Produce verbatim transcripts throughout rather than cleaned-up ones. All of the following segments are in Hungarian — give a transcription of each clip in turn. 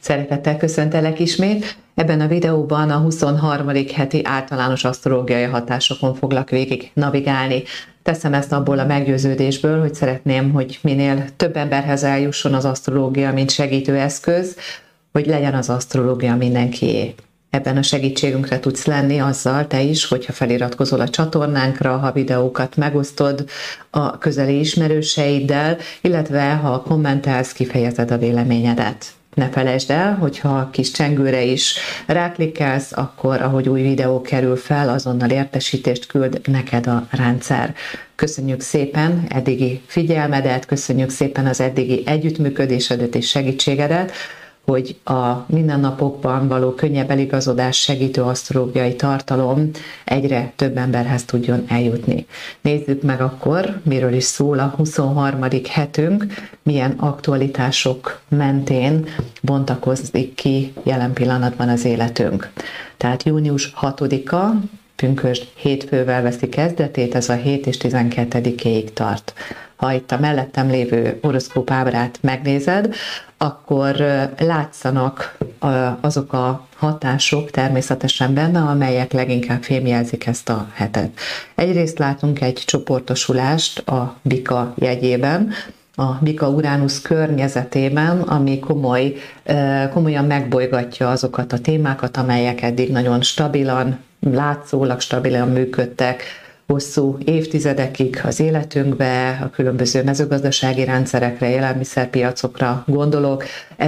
Szeretettel köszöntelek ismét. Ebben a videóban a huszonharmadik heti általános asztrológiai hatásokon foglak végig navigálni. Teszem ezt abból a meggyőződésből, hogy szeretném, hogy minél több emberhez eljusson az asztrológia, mint segítő eszköz, hogy legyen az asztrológia mindenkié. Ebben a segítségünkre tudsz lenni azzal te is, hogyha feliratkozol a csatornánkra, ha videókat megosztod a közeli ismerőseiddel, illetve ha kommentelsz, kifejezed a véleményedet. Ne felejtsd el, hogyha a kis csengőre is ráklikkelsz, akkor ahogy új videó kerül fel, azonnal értesítést küld neked a rendszer. Köszönjük szépen eddigi figyelmedet, köszönjük szépen az eddigi együttműködésedet és segítségedet, hogy a mindennapokban való könnyebb eligazodás segítő asztrológiai tartalom egyre több emberhez tudjon eljutni. Nézzük meg akkor, miről is szól a huszonharmadik hetünk, milyen aktualitások mentén bontakozik ki jelen pillanatban az életünk. Tehát június hatodika, pünkösd hétfővel veszi kezdetét, ez a hét és tizenkettedikéig tart. Ha itt a mellettem lévő horoszkóp ábrát megnézed, akkor látszanak azok a hatások természetesen benne, amelyek leginkább fémjelzik ezt a hetet. Egyrészt látunk egy csoportosulást a Bika jegyében, a Bika-Uránusz környezetében, ami komoly, komolyan megbolygatja azokat a témákat, amelyek eddig nagyon stabilan, látszólag stabilan működtek, hosszú évtizedekig az életünkbe, a különböző mezőgazdasági rendszerekre, élelmiszerpiacokra gondolok,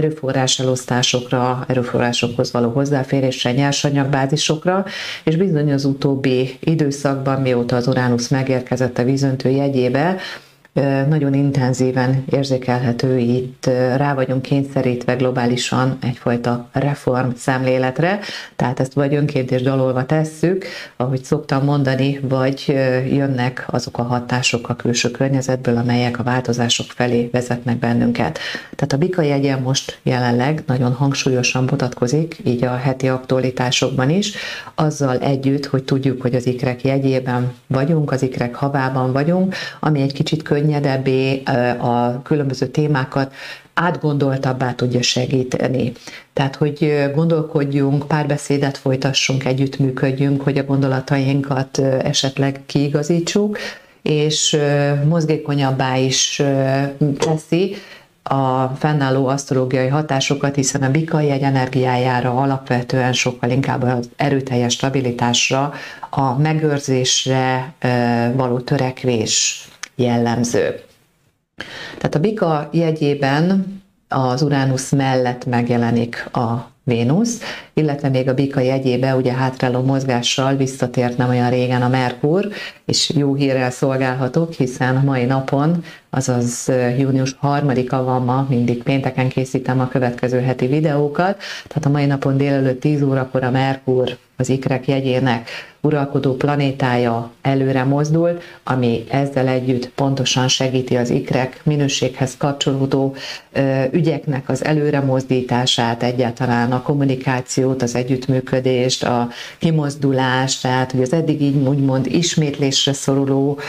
erőforráselosztásokra, erőforrásokhoz való hozzáférésre, nyersanyagbázisokra, és bizony az utóbbi időszakban, mióta az Uránusz megérkezett a vízöntő jegyébe, nagyon intenzíven érzékelhető, itt rá vagyunk kényszerítve globálisan egyfajta reform szemléletre, tehát ezt vagy önként és dalolva tesszük, ahogy szoktam mondani, vagy jönnek azok a hatások a külső környezetből, amelyek a változások felé vezetnek bennünket. Tehát a Bika jegye most jelenleg nagyon hangsúlyosan mutatkozik, így a heti aktualitásokban is, azzal együtt, hogy tudjuk, hogy az ikrek jegyében vagyunk, az ikrek havában vagyunk, ami egy kicsit könnyű, könnyedebbé, a különböző témákat átgondoltabbá tudja segíteni. Tehát, hogy gondolkodjunk, párbeszédet folytassunk, együttműködjünk, hogy a gondolatainkat esetleg kiigazítsuk, és mozgékonyabbá is teszi a fennálló asztrológiai hatásokat, hiszen a Bika jegy energiájára alapvetően sokkal inkább az erőteljes stabilitásra, a megőrzésre való törekvés jellemző. Tehát a Bika jegyében az Uránusz mellett megjelenik a Vénusz, illetve még a Bika jegyébe ugye hátráló mozgással visszatért nem olyan régen a Merkur, és jó hírrel szolgálhatok, hiszen mai napon, azaz június harmadika van ma, mindig pénteken készítem a következő heti videókat, tehát a mai napon délelőtt tíz órakor a Merkur, az ikrek jegyének uralkodó planétája előre mozdul, ami ezzel együtt pontosan segíti az ikrek minőséghez kapcsolódó ö, ügyeknek az előre mozdítását, egyáltalán a kommunikációt, az együttműködést, a kimozdulást, tehát hogy az eddig így úgymond ismétlésre szoruló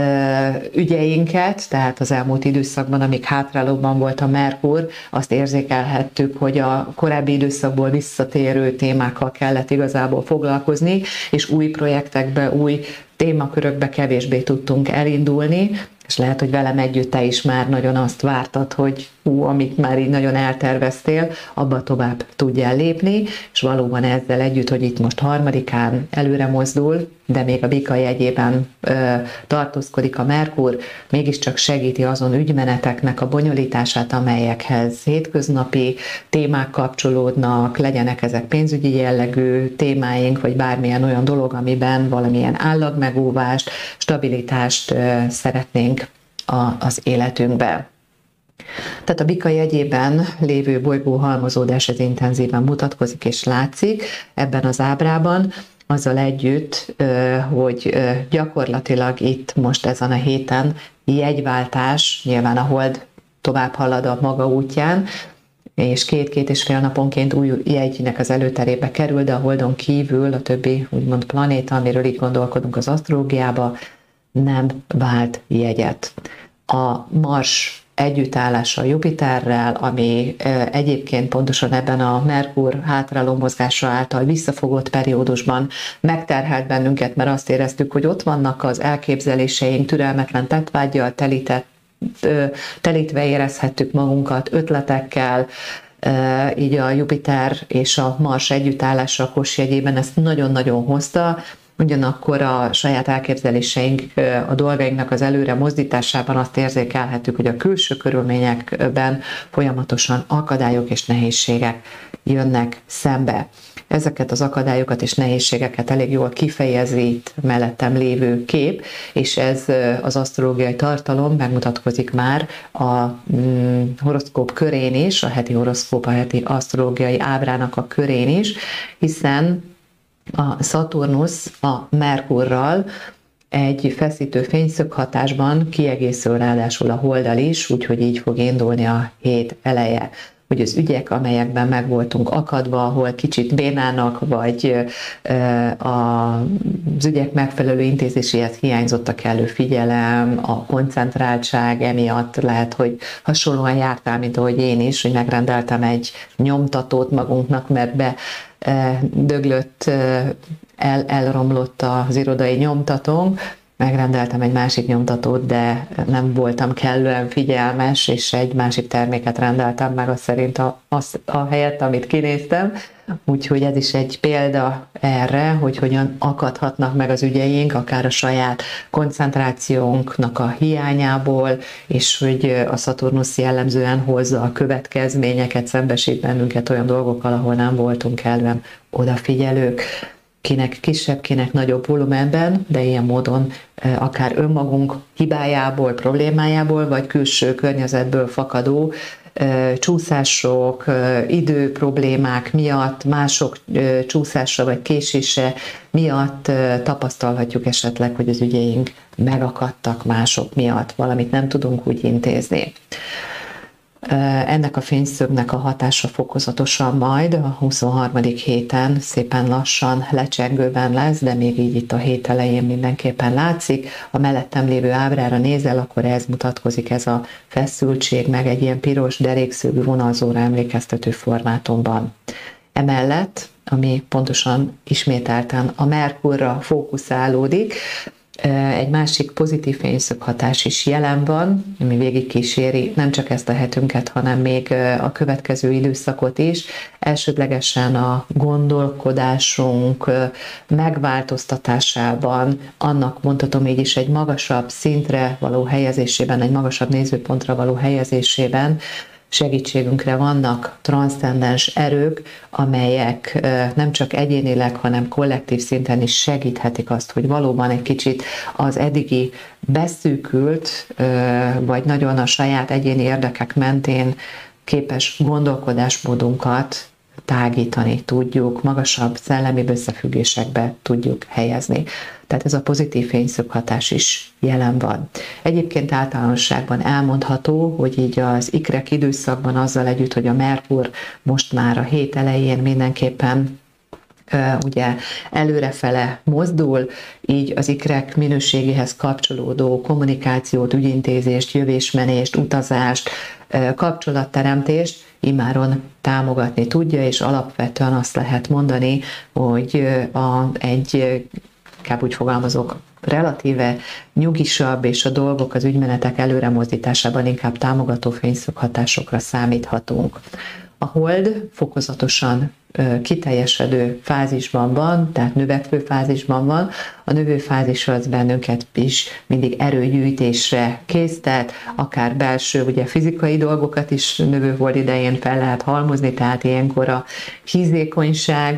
ügyeinket, tehát az elmúlt időszakban, amíg hátrálóban volt a Merkur, azt érzékelhettük, hogy a korábbi időszakból visszatérő témákkal kellett igazából foglalkozni, és új projektekbe, új témakörökbe kevésbé tudtunk elindulni, és lehet, hogy velem együtt te is már nagyon azt vártad, hogy ú, amit már így nagyon elterveztél, abba tovább tudjál lépni, és valóban ezzel együtt, hogy itt most harmadikán előre mozdul, de még a Bika jegyében ö, tartózkodik a Merkur, mégiscsak segíti azon ügymeneteknek a bonyolítását, amelyekhez hétköznapi témák kapcsolódnak, legyenek ezek pénzügyi jellegű témáink, vagy bármilyen olyan dolog, amiben valamilyen állagmegóvást, stabilitást ö, szeretnénk a, az életünkbe. Tehát a Bika jegyében lévő bolygó halmozódás ez intenzíven mutatkozik és látszik ebben az ábrában, azzal együtt, hogy gyakorlatilag itt most ezen a héten jegyváltás, nyilván a hold tovább halad a maga útján, és két-két és fél naponként új jegynek az előterébe kerül, de a holdon kívül a többi úgymond planéta, amiről így gondolkodunk az asztrológiában, nem vált jegyet. A Mars együttállása a Jupiterrel, ami egyébként pontosan ebben a Merkur hátráló mozgása által visszafogott periódusban megterhelt bennünket, mert azt éreztük, hogy ott vannak az elképzeléseink, türelmetlen tettvággyal telített, telítve érezhettük magunkat ötletekkel, így a Jupiter és a Mars együttállása a Kos jegyében ezt nagyon-nagyon hozta, ugyanakkor a saját elképzeléseink a dolgainknak az előre mozdításában azt érzékelhetjük, hogy a külső körülményekben folyamatosan akadályok és nehézségek jönnek szembe. Ezeket az akadályokat és nehézségeket elég jól kifejezi itt mellettem lévő kép, és ez az asztrológiai tartalom megmutatkozik már a horoszkóp körén is, a heti horoszkóp, a heti asztrológiai ábrának a körén is, hiszen a Szaturnusz a Merkurral egy feszítő fényszög hatásban kiegészül ráadásul a Holddal is, úgyhogy így fog indulni a hét eleje. Hogy az ügyek, amelyekben meg voltunk akadva, ahol kicsit bénának, vagy az ügyek megfelelő intézéséhez hiányzott a kellő figyelem, a koncentráltság, emiatt lehet, hogy hasonlóan jártál, mint ahogy én is, hogy megrendeltem egy nyomtatót magunknak, mert be döglött, el, elromlott az irodai nyomtatónk, megrendeltem egy másik nyomtatót, de nem voltam kellően figyelmes, és egy másik terméket rendeltem meg azt szerint a, az, a helyet, amit kinéztem. Úgyhogy ez is egy példa erre, hogy hogyan akadhatnak meg az ügyeink, akár a saját koncentrációnknak a hiányából, és hogy a Szaturnusz jellemzően hozza a következményeket, szembesít bennünket olyan dolgokkal, ahol nem voltunk kellően odafigyelők. Kinek kisebb, kinek nagyobb volumenben, de ilyen módon akár önmagunk hibájából, problémájából, vagy külső környezetből fakadó csúszások, idő problémák miatt, mások csúszása vagy késése miatt tapasztalhatjuk esetleg, hogy az ügyeink megakadtak mások miatt, valamit nem tudunk úgy intézni. Ennek a fényszögnek a hatása fokozatosan majd a huszonharmadik héten szépen lassan lecsengőben lesz, de még így itt a hét elején mindenképpen látszik. A mellettem lévő ábrára nézel, akkor ez mutatkozik, ez a feszültség, meg egy ilyen piros derékszögű vonalzóra emlékeztető formátumban. Emellett, ami pontosan ismételten a Merkurra fókuszálódik, egy másik pozitív fényszöghatás is jelen van, ami végigkíséri nem csak ezt a hetünket, hanem még a következő időszakot is. Elsődlegesen a gondolkodásunk megváltoztatásában, annak mondhatom így is egy magasabb szintre való helyezésében, egy magasabb nézőpontra való helyezésében segítségünkre vannak transzcendens erők, amelyek nem csak egyénileg, hanem kollektív szinten is segíthetik azt, hogy valóban egy kicsit az eddigi beszűkült, vagy nagyon a saját egyéni érdekek mentén képes gondolkodásmódunkat tágítani tudjuk, magasabb szellemi összefüggésekbe tudjuk helyezni. Tehát ez a pozitív fényszöghatás is jelen van. Egyébként általánosságban elmondható, hogy így az ikrek időszakban azzal együtt, hogy a Merkur most már a hét elején mindenképpen ugye előrefele mozdul, így az ikrek minőségéhez kapcsolódó kommunikációt, ügyintézést, jövésmenést, utazást, kapcsolatteremtést immáron támogatni tudja, és alapvetően azt lehet mondani, hogy a, egy, inkább úgy fogalmazok, relatíve nyugisabb, és a dolgok, az ügymenetek előremozdításában inkább támogató fényszöghatásokra számíthatunk. A hold fokozatosan kiteljesedő fázisban van, tehát növekvő fázisban van. A növő fázis az bennünket is mindig erőgyűjtésre késztet, akár belső, ugye fizikai dolgokat is növőhold idején fel lehet halmozni, tehát ilyenkor a hízékonyság,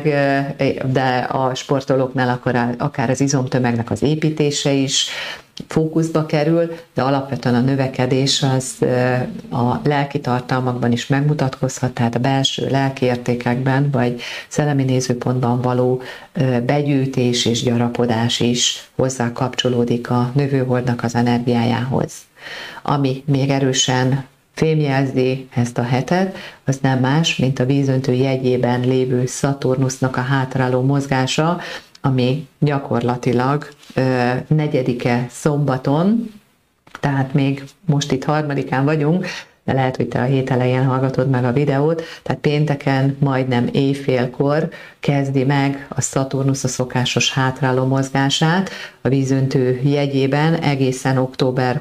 de a sportolóknál akár, akár az izomtömegnek az építése is fókuszba kerül, de alapvetően a növekedés az a lelki tartalmakban is megmutatkozhat, tehát a belső lelki értékekben, vagy szellemi nézőpontban való begyűjtés és gyarapodás is hozzá kapcsolódik a növőholdnak az energiájához. Ami még erősen fémjelzi ezt a hetet, az nem más, mint a vízöntő jegyében lévő Szaturnusznak a hátráló mozgása, ami gyakorlatilag negyedike szombaton tehát még most itt harmadikán vagyunk, de lehet, hogy te a hét elején hallgatod meg a videót, tehát pénteken majdnem éjfélkor kezdi meg a Szaturnusz a szokásos hátráló mozgását, a vízöntő jegyében egészen október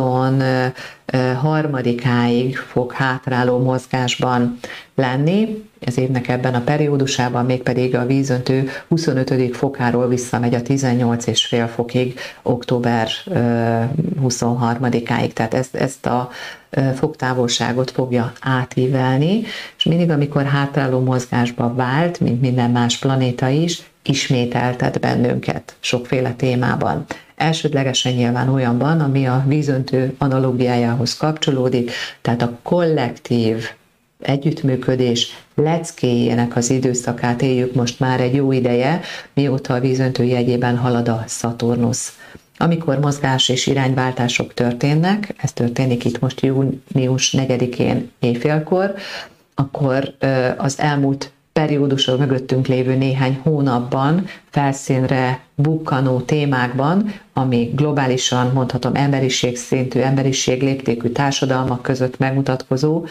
huszonharmadikáig fog hátráló mozgásban lenni, ez évnek ebben a periódusában, mégpedig a vízöntő huszonötödik fokáról visszamegy a tizennyolc és fél fokig október huszonharmadikáig, tehát ezt, ezt a fogtávolságot fogja átívelni, és mindig, amikor hátráló mozgásba vált, mint minden más planéta is, ismételtet bennünket sokféle témában. Elsődlegesen nyilván olyanban, ami a vízöntő analógiájához kapcsolódik, tehát a kollektív együttműködés leckéjének az időszakát éljük most már egy jó ideje, mióta a vízöntő jegyében halad a Szaturnusz. Amikor mozgás és irányváltások történnek, ez történik itt most június negyedikén éjfélkor, akkor az elmúlt periódusról mögöttünk lévő néhány hónapban felszínre bukkanó témákban, ami globálisan, mondhatom, emberiség szintű, emberiség léptékű társadalmak között megmutatkozó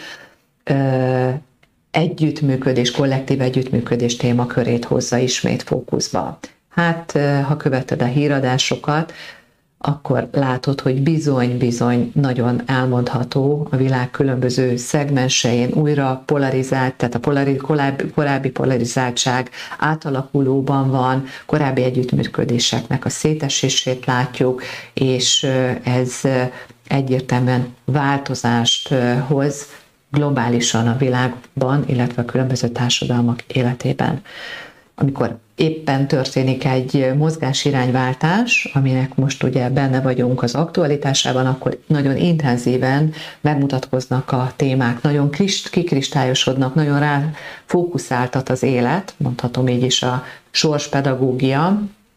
együttműködés, kollektív együttműködés témakörét hozza ismét fókuszba. Hát, ha követed a híradásokat, akkor látod, hogy bizony-bizony nagyon elmondható a világ különböző szegmensein újra polarizált, tehát a polari, korábbi, korábbi polarizáltság átalakulóban van, korábbi együttműködéseknek a szétesését látjuk, és ez egyértelműen változást hoz globálisan a világban, illetve a különböző társadalmak életében. Amikor éppen történik egy mozgásirányváltás, aminek most ugye benne vagyunk az aktualitásában, akkor nagyon intenzíven megmutatkoznak a témák, nagyon kikristályosodnak, nagyon rá fókuszáltat az élet, mondhatom így is a sorspedagógia,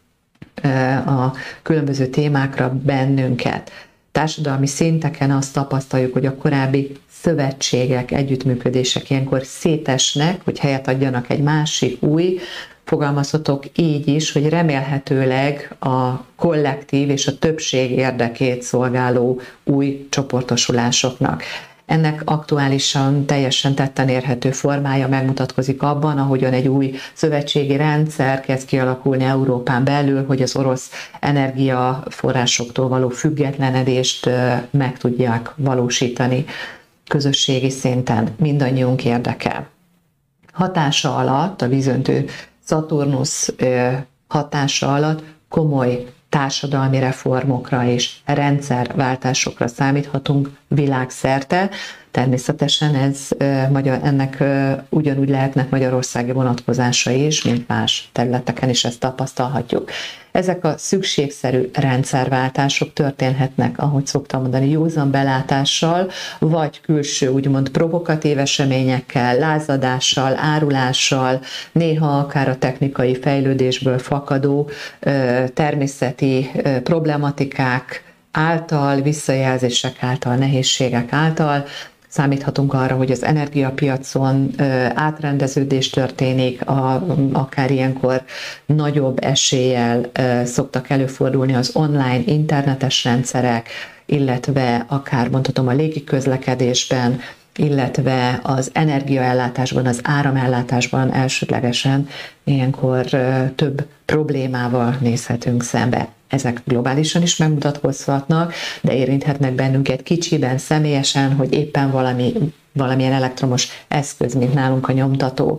a különböző témákra bennünket. Társadalmi szinteken azt tapasztaljuk, hogy a korábbi szövetségek, együttműködések ilyenkor szétesnek, hogy helyet adjanak egy másik új, fogalmazhatok így is, hogy remélhetőleg a kollektív és a többség érdekét szolgáló új csoportosulásoknak. Ennek aktuálisan teljesen tetten érhető formája megmutatkozik abban, ahogyan egy új szövetségi rendszer kezd kialakulni Európán belül, hogy az orosz energiaforrásoktól való függetlenedést meg tudják valósítani közösségi szinten. Mindannyiunk érdeke. Hatása alatt, a vízöntő Szaturnusz hatása alatt komoly társadalmi reformokra és rendszerváltásokra számíthatunk világszerte. Természetesen ez, ennek ugyanúgy lehetnek magyarországi vonatkozásai is, mint más területeken is ezt tapasztalhatjuk. Ezek a szükségszerű rendszerváltások történhetnek, ahogy szoktam mondani, józan belátással, vagy külső, úgymond provokatív eseményekkel, lázadással, árulással, néha akár a technikai fejlődésből fakadó természeti problematikák által, visszajelzések által, nehézségek által. Számíthatunk arra, hogy az energiapiacon átrendeződés történik, a, akár ilyenkor nagyobb eséllyel szoktak előfordulni az online internetes rendszerek, illetve akár mondhatom a légiközlekedésben, illetve az energiaellátásban, az áramellátásban elsődlegesen ilyenkor több problémával nézhetünk szembe. Ezek globálisan is megmutatkozhatnak, de érinthetnek bennünket kicsiben, személyesen, hogy éppen valami, valamilyen elektromos eszköz, mint nálunk a nyomtató,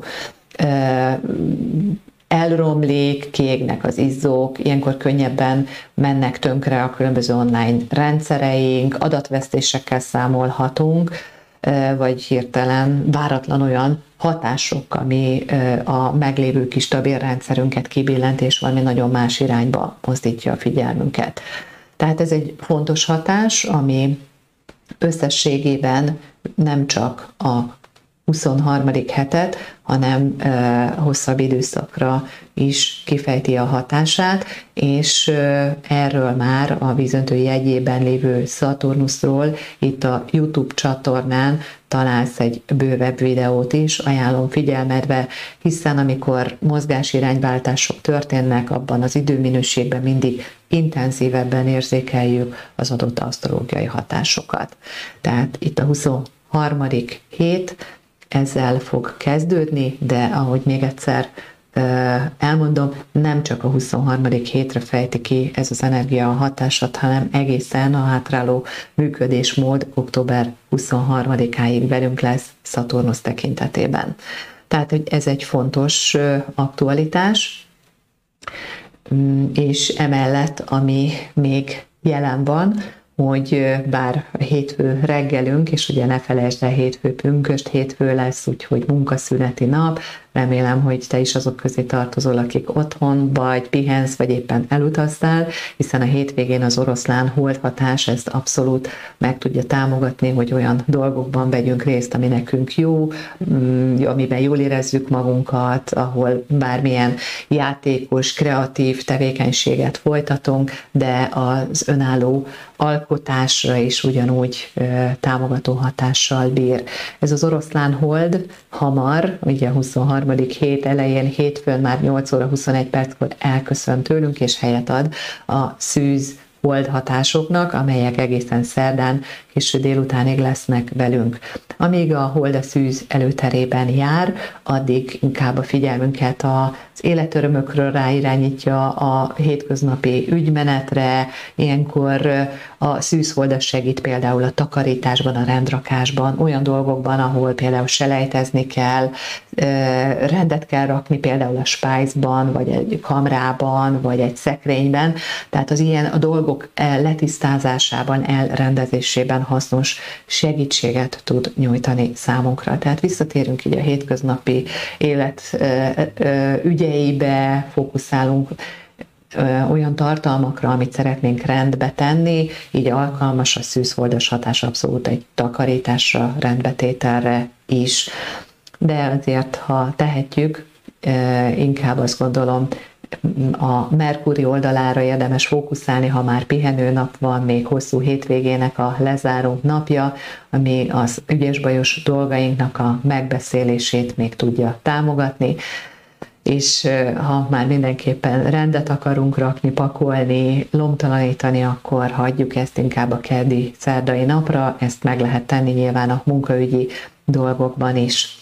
elromlik, kiégnek az izzók, ilyenkor könnyebben mennek tönkre a különböző online rendszereink, adatvesztésekkel számolhatunk, vagy hirtelen váratlan olyan hatások, ami a meglévő kis stabil rendszerünket kibillent, és valami nagyon más irányba mozdítja a figyelmünket. Tehát ez egy fontos hatás, ami összességében nem csak a huszonharmadik hetet, hanem e, hosszabb időszakra is kifejti a hatását, és e, erről már a vízöntő jegyében lévő Szaturnuszról itt a YouTube csatornán találsz egy bővebb videót is, ajánlom figyelmedbe, hiszen amikor mozgásirányváltások történnek, abban az időminőségben mindig intenzívebben érzékeljük az adott asztrológiai hatásokat. Tehát itt a huszonharmadik hét ezzel fog kezdődni, de ahogy még egyszer elmondom, nem csak a huszonharmadik hétre fejti ki ez az energia hatását, hanem egészen a hátráló működésmód október huszonharmadikáig velünk lesz Szaturnusz tekintetében. Tehát ez egy fontos aktualitás, és emellett, ami még jelen van, hogy bár hétfő reggelünk, és ugye ne felejtsd el, hétfő pünkösd, hétfő lesz, úgyhogy munkaszüneti nap, remélem, hogy te is azok közé tartozol, akik otthon vagy, pihensz, vagy éppen elutaztál, hiszen a hétvégén az oroszlán holdhatás ezt abszolút meg tudja támogatni, hogy olyan dolgokban vegyünk részt, ami nekünk jó, amiben jól érezzük magunkat, ahol bármilyen játékos, kreatív tevékenységet folytatunk, de az önálló alkotásra is ugyanúgy támogató hatással bír. Ez az oroszlán hold hamar, ugye a huszonharmadik hét elején, hétfőn már nyolc óra huszonegy perckor elköszön tőlünk, és helyet ad a szűz hold hatásoknak, amelyek egészen szerdán késő délutánig lesznek velünk. Amíg a hold a szűz előterében jár, addig inkább a figyelmünket az életörömökről ráirányítja, a hétköznapi ügymenetre, ilyenkor a szűzhold segít például a takarításban, a rendrakásban, olyan dolgokban, ahol például selejtezni kell, rendet kell rakni például a spájzban, vagy egy kamrában, vagy egy szekrényben, tehát az ilyen a dolgok letisztázásában, elrendezésében hasznos segítséget tud nyújtani számunkra. Tehát visszatérünk így a hétköznapi élet ügyeibe, fókuszálunk olyan tartalmakra, amit szeretnénk rendbe tenni, így alkalmas a szűzholdas hatás abszolút egy takarításra, rendbetételre is. De azért, ha tehetjük, inkább azt gondolom, a Merkúri oldalára érdemes fókuszálni, ha már pihenőnap van, még hosszú hétvégének a lezáró napja, ami az ügyes-bajos dolgainknak a megbeszélését még tudja támogatni, és ha már mindenképpen rendet akarunk rakni, pakolni, lomtalanítani, akkor hagyjuk ezt inkább a keddi szerdai napra, ezt meg lehet tenni nyilván a munkaügyi dolgokban is.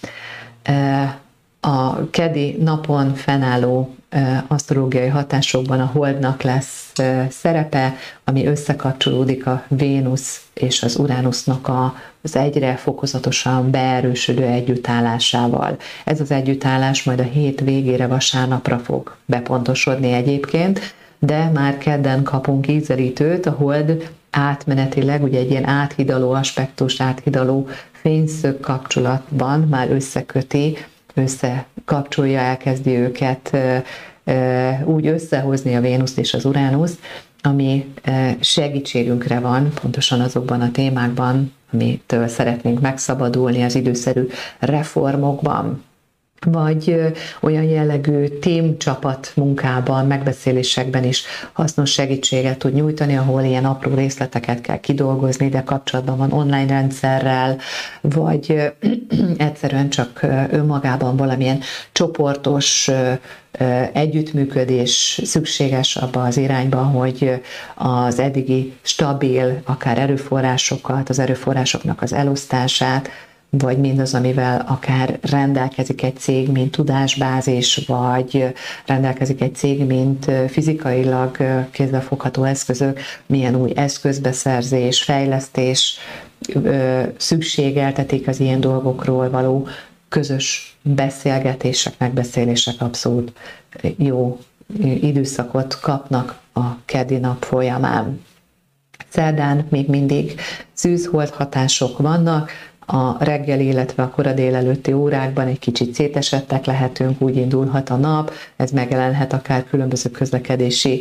A keddi napon fennálló asztrológiai hatásokban a holdnak lesz szerepe, ami összekapcsolódik a Vénusz és az Uránusznak az egyre fokozatosan beerősödő együttállásával. Ez az együttállás majd a hét végére, vasárnapra fog bepontosodni egyébként, de már kedden kapunk ízelítőt, a hold átmenetileg, ugye egy ilyen áthidaló aspektus, áthidaló fényszög kapcsolatban már összeköti, összekapcsolja, elkezdi őket úgy összehozni a Vénusz és az Uránusz, ami segítségünkre van, pontosan azokban a témákban, amitől szeretnénk megszabadulni az időszerű reformokban, vagy olyan jellegű team csapat munkában, megbeszélésekben is hasznos segítséget tud nyújtani, ahol ilyen apró részleteket kell kidolgozni, de kapcsolatban van online rendszerrel, vagy egyszerűen csak önmagában valamilyen csoportos együttműködés szükséges abba az irányba, hogy az eddigi stabil, akár erőforrásokat, az erőforrásoknak az elosztását, vagy mindaz, amivel akár rendelkezik egy cég, mint tudásbázis, vagy rendelkezik egy cég, mint fizikailag kézzelfogható eszközök, milyen új eszközbeszerzés, fejlesztés szükségeltetik az ilyen dolgokról való közös beszélgetések, megbeszélések abszolút jó időszakot kapnak a keddi nap folyamán. Szerdán még mindig szűzhold hatások vannak, a reggeli, illetve a kora délelőtti órákban egy kicsit szétesettek lehetünk, úgy indulhat a nap, ez megjelenhet akár különböző közlekedési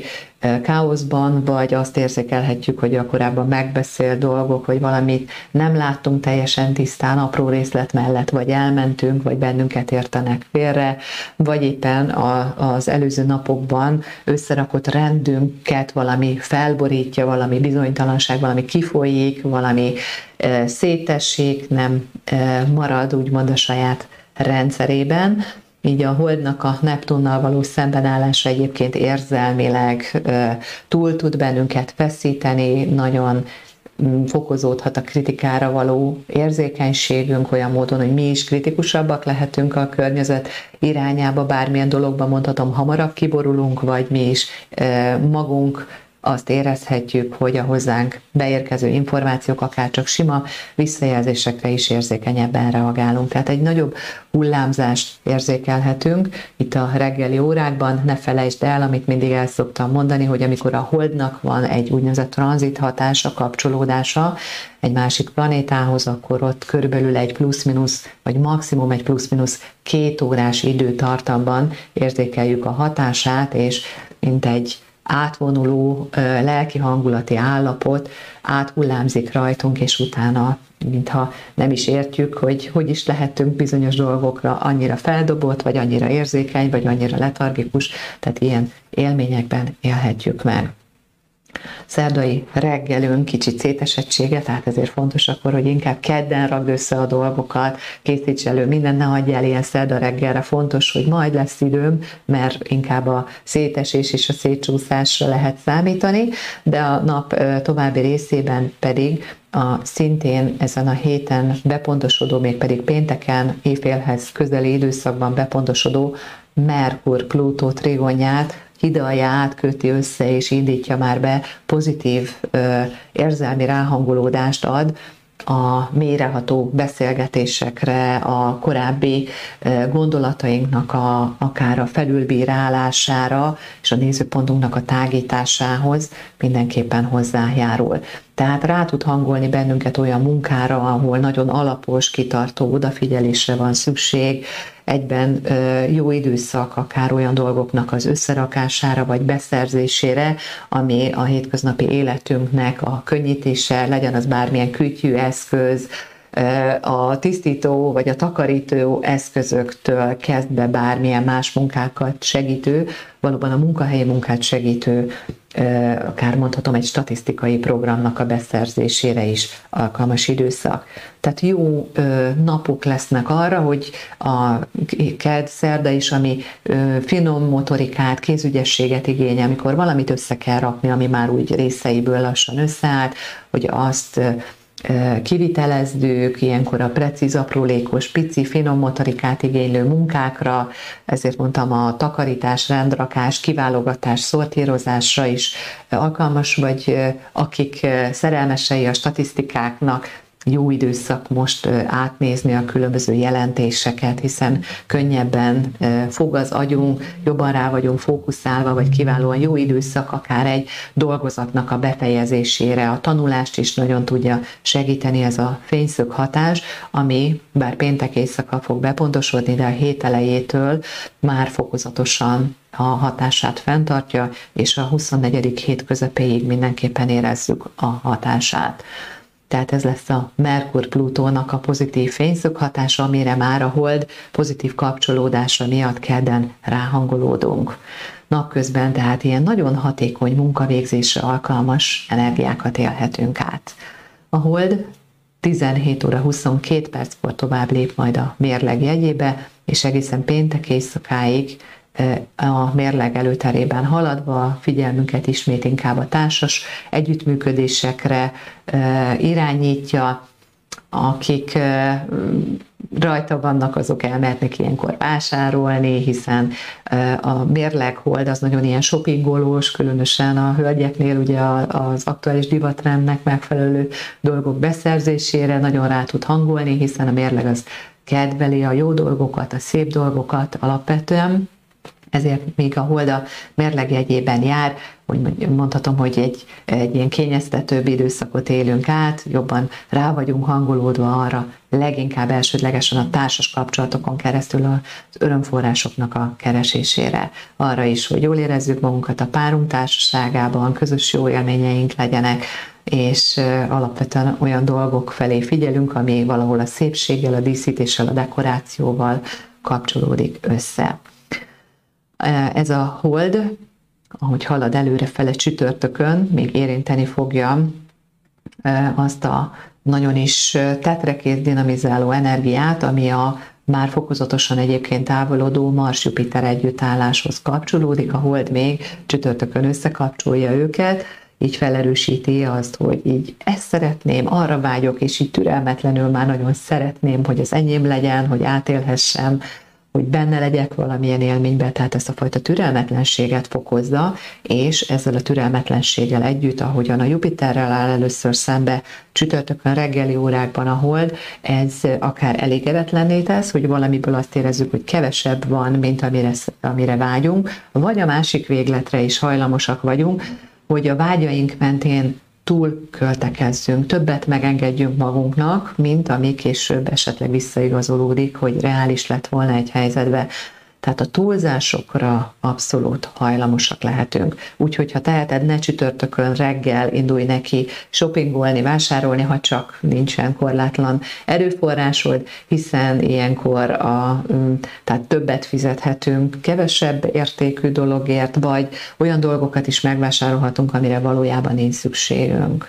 káoszban, vagy azt érzékelhetjük, hogy a korábban megbeszélt dolgok, vagy valamit nem láttunk teljesen tisztán apró részlet mellett, vagy elmentünk, vagy bennünket értenek félre, vagy éppen a, az előző napokban összerakott rendünket valami felborítja, valami bizonytalanság, valami kifolyik, valami e, szétesik, nem e, marad úgymond a saját rendszerében. Így a Holdnak a Neptunnal való szembenállása egyébként érzelmileg túl tud bennünket feszíteni, nagyon fokozódhat a kritikára való érzékenységünk olyan módon, hogy mi is kritikusabbak lehetünk a környezet irányába, bármilyen dologban mondhatom, hamarabb kiborulunk, vagy mi is magunk azt érezhetjük, hogy a hozzánk beérkező információk, akár csak sima visszajelzésekre is érzékenyebben reagálunk. Tehát egy nagyobb hullámzást érzékelhetünk itt a reggeli órákban. Ne felejtsd el, amit mindig el szoktam mondani, hogy amikor a Holdnak van egy úgynevezett tranzit hatása, kapcsolódása egy másik planétához, akkor ott körülbelül egy plusz-minusz, vagy maximum egy plusz-minusz két órás időtartamban érzékeljük a hatását, és mint egy átvonuló lelki hangulati állapot áthullámzik rajtunk, és utána, mintha nem is értjük, hogy hogy is lehetünk bizonyos dolgokra annyira feldobott, vagy annyira érzékeny, vagy annyira letargikus, tehát ilyen élményekben élhetjük meg. Szerdai reggelünk kicsit szétesettsége, tehát ezért fontos akkor, hogy inkább kedden ragd össze a dolgokat, készíts elő mindent, ne hagyj el ilyen szerda reggelre, fontos, hogy majd lesz időm, mert inkább a szétesés és a szétcsúszásra lehet számítani, de a nap további részében pedig a szintén ezen a héten bepontosodó, mégpedig pénteken éjfélhez közeli időszakban bepontosodó Merkur-Plutó trigonját hidalja, átköti össze és indítja már be, pozitív ö, érzelmi ráhangolódást ad a mélyreható beszélgetésekre, a korábbi gondolatainknak a, akár a felülbírálására és a nézőpontunknak a tágításához mindenképpen hozzájárul. Tehát rá tud hangolni bennünket olyan munkára, ahol nagyon alapos, kitartó odafigyelésre van szükség, egyben jó időszak akár olyan dolgoknak az összerakására vagy beszerzésére, ami a hétköznapi életünknek a könnyítése, legyen az bármilyen kütyű eszköz, a tisztító vagy a takarító eszközöktől kezdve bármilyen más munkákat segítő, valóban a munkahelyi munkát segítő, akár mondhatom egy statisztikai programnak a beszerzésére is alkalmas időszak. Tehát jó napok lesznek arra, hogy a kedd, szerda is, ami finom motorikát, kézügyességet igényel, amikor valamit össze kell rakni, ami már úgy részeiből lassan összeállt, hogy azt kivitelezzük, ilyenkor a precíz, aprólékos, pici, finom motorikát igénylő munkákra, ezért mondtam a takarítás, rendrakás, kiválogatás, szortírozásra is alkalmas, vagy akik szerelmesei a statisztikáknak, jó időszak most átnézni a különböző jelentéseket, hiszen könnyebben fog az agyunk, jobban rá vagyunk fókuszálva, vagy kiválóan jó időszak akár egy dolgozatnak a befejezésére. A tanulást is nagyon tudja segíteni ez a fényszög hatás, ami bár péntek éjszaka fog bepontosodni, de a hét elejétől már fokozatosan a hatását fenntartja, és a huszonnegyedik hét közepéig mindenképpen érezzük a hatását. Tehát ez lesz a Merkur-Plutónak a pozitív fényszög hatása, amire már a Hold pozitív kapcsolódása miatt kedden ráhangolódunk. Napközben tehát ilyen nagyon hatékony munkavégzésre alkalmas energiákat élhetünk át. A Hold tizenhét óra huszonkét perckor tovább lép majd a mérleg jegyébe, és egészen péntek éjszakáig a mérleg előterében haladva figyelmünket ismét inkább a társas együttműködésekre irányítja, akik rajta vannak, azok elmehetnek ilyenkor vásárolni, hiszen a mérleg hold az nagyon ilyen shoppingolós, különösen a hölgyeknél ugye az aktuális divatrendnek megfelelő dolgok beszerzésére nagyon rá tud hangolni, hiszen a mérleg az kedveli a jó dolgokat, a szép dolgokat alapvetően, ezért még a Hold a mérleg jegyében jár, hogy mondhatom, hogy egy, egy ilyen kényeztetőbb időszakot élünk át, jobban rá vagyunk hangolódva arra, leginkább elsődlegesen a társas kapcsolatokon keresztül az örömforrásoknak a keresésére. Arra is, hogy jól érezzük magunkat a párunk társaságában, közös jó élményeink legyenek, és alapvetően olyan dolgok felé figyelünk, ami valahol a szépséggel, a díszítéssel, a dekorációval kapcsolódik össze. Ez a hold, ahogy halad előre fele csütörtökön, még érinteni fogja azt a nagyon is tetrekész dinamizáló energiát, ami a már fokozatosan egyébként távolodó Mars-Jupiter együttálláshoz kapcsolódik. A hold még csütörtökön összekapcsolja őket, így felerősíti azt, hogy így ezt szeretném, arra vágyok, és így türelmetlenül már nagyon szeretném, hogy az enyém legyen, hogy átélhessem, hogy benne legyek valamilyen élményben, tehát ezt a fajta türelmetlenséget fokozza, és ezzel a türelmetlenséggel együtt, ahogyan a Jupiterrel áll először szembe csütörtökön reggeli órákban a hold, ez akár elégedetlenné tesz, hogy valamiből azt érezzük, hogy kevesebb van, mint amire, amire vágyunk, vagy a másik végletre is hajlamosak vagyunk, hogy a vágyaink mentén túl költekezzünk, többet megengedjünk magunknak, mint ami később esetleg visszaigazolódik, hogy reális lett volna egy helyzetbe. Tehát a túlzásokra abszolút hajlamosak lehetünk. Úgyhogy ha teheted, ne csütörtökön reggel indulj neki shoppingolni, vásárolni, ha csak nincsen korlátlan erőforrásod, hiszen ilyenkor a, tehát többet fizethetünk kevesebb értékű dologért, vagy olyan dolgokat is megvásárolhatunk, amire valójában nincs szükségünk.